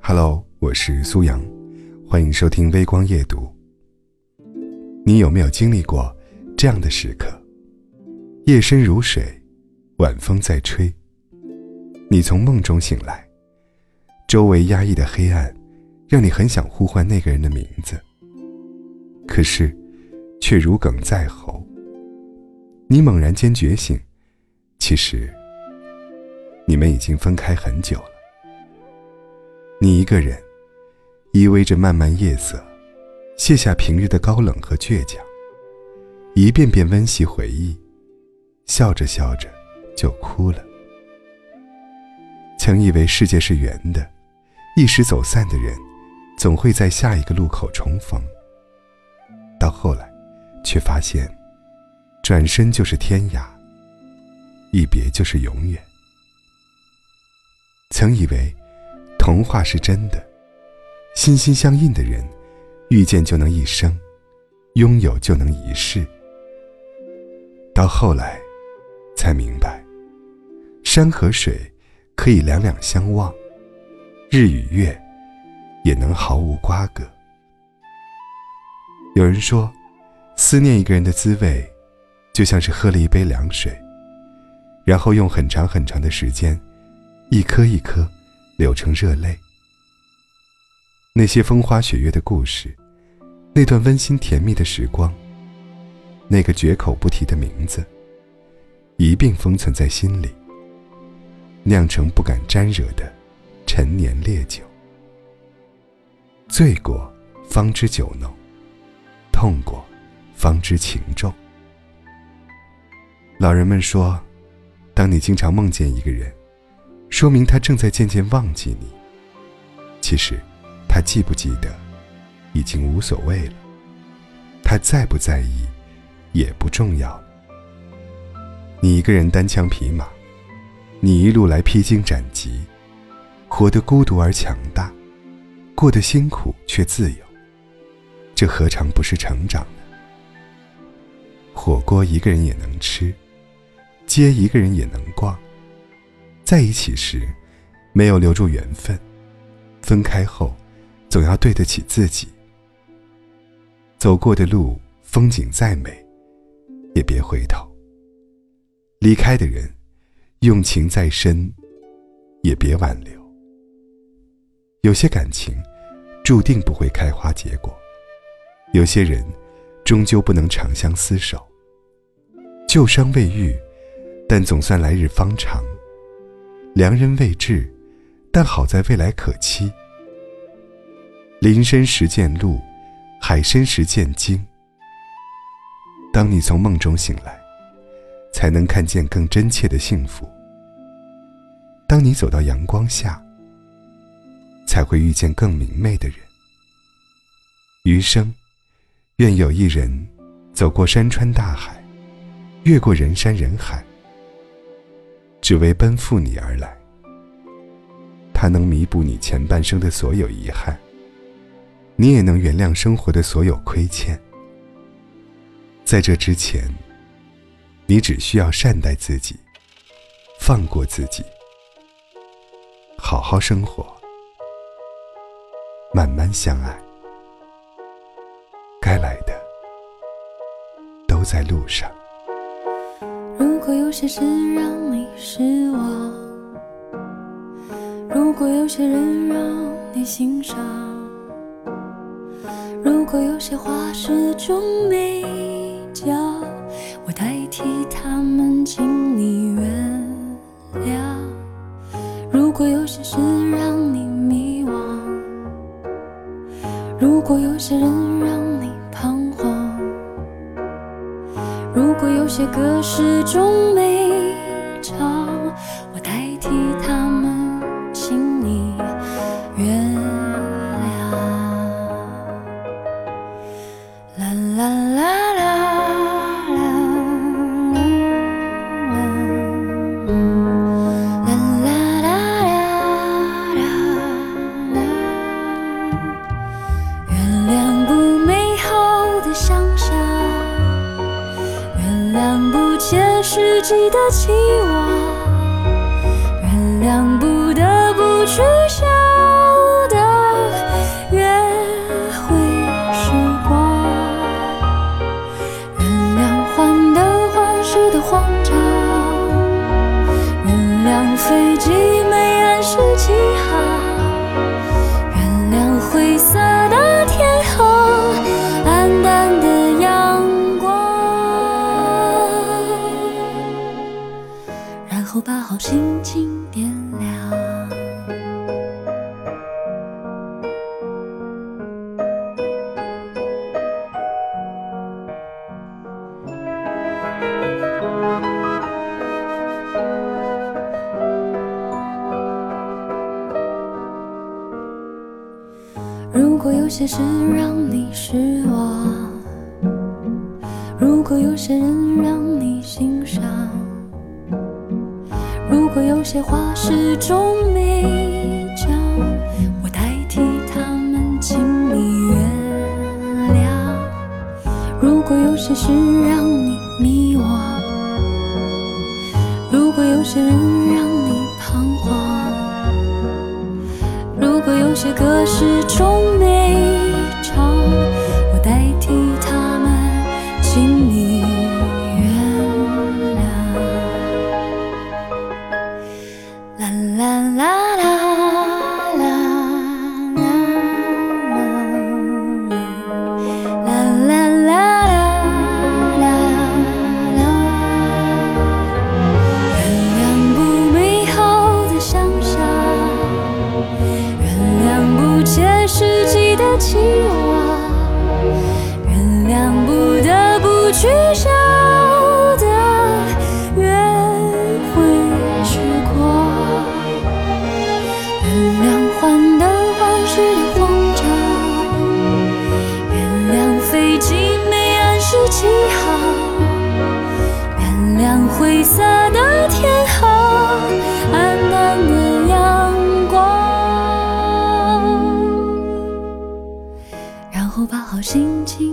Hello， 我是苏阳，欢迎收听微光夜读。你有没有经历过这样的时刻？夜深如水，晚风在吹，你从梦中醒来，周围压抑的黑暗让你很想呼唤那个人的名字，可是却如鲠在喉。你猛然间觉醒，其实你们已经分开很久了。你一个人依偎着漫漫夜色，卸下平日的高冷和倔强，一遍遍温习回忆，笑着笑着就哭了。曾以为世界是圆的，一时走散的人总会在下一个路口重逢，到后来却发现转身就是天涯，一别就是永远。曾以为童话是真的，心心相印的人遇见就能一生，拥有就能一世，到后来才明白，山和水可以两两相望，日与月也能毫无瓜葛。有人说，思念一个人的滋味就像是喝了一杯凉水，然后用很长很长的时间一颗一颗流成热泪。那些风花雪月的故事，那段温馨甜蜜的时光，那个绝口不提的名字，一并封存在心里，酿成不敢沾惹的陈年烈酒。醉过方知酒浓，痛过方知情重。老人们说，当你经常梦见一个人，说明他正在渐渐忘记你。其实他记不记得已经无所谓了，他在不在意也不重要了。你一个人单枪匹马，你一路来披荆斩棘，活得孤独而强大，过得辛苦却自由，这何尝不是成长呢？火锅一个人也能吃，街一个人也能逛，在一起时没有留住缘分，分开后总要对得起自己。走过的路风景再美也别回头，离开的人用情再深也别挽留。有些感情注定不会开花结果，有些人终究不能长相厮守。旧伤未愈，但总算来日方长，良人未至，但好在未来可期。林深时见鹿，海深时见鲸。当你从梦中醒来，才能看见更真切的幸福。当你走到阳光下，才会遇见更明媚的人。余生，愿有一人走过山川大海，越过人山人海，只为奔赴你而来。它能弥补你前半生的所有遗憾，你也能原谅生活的所有亏欠。在这之前，你只需要善待自己，放过自己，好好生活，慢慢相爱。该来的都在路上。 如果有些事让你失望，如果有些人让你心伤，如果有些话始终没讲，我代替他们请你原谅。如果有些事让你迷惘，如果有些人让你彷徨，如果有些歌始终没唱，我代替他们请你原谅。啦啦啦啦世纪的期望，原谅不得不取消的是记号，原谅灰色的天后，暗淡的阳光，然后把好心情点亮。如果有些事让你失望，如果有些人让你心伤，如果有些话始终没讲，我代替他们，请你原谅。如果有些事让你迷惘，如果有些人让你彷徨，如果有些歌始终没唱，我代替他们，请你原谅。啦啦啦啦啦啦啦啦啦啦啦，原谅不美好的想象，原谅不切实际的期望，原谅不得不取消的约会时光，原谅患得患失的慌张，原谅飞机没按时起航，原谅灰色的天后，暗淡的阳光，然后把好心情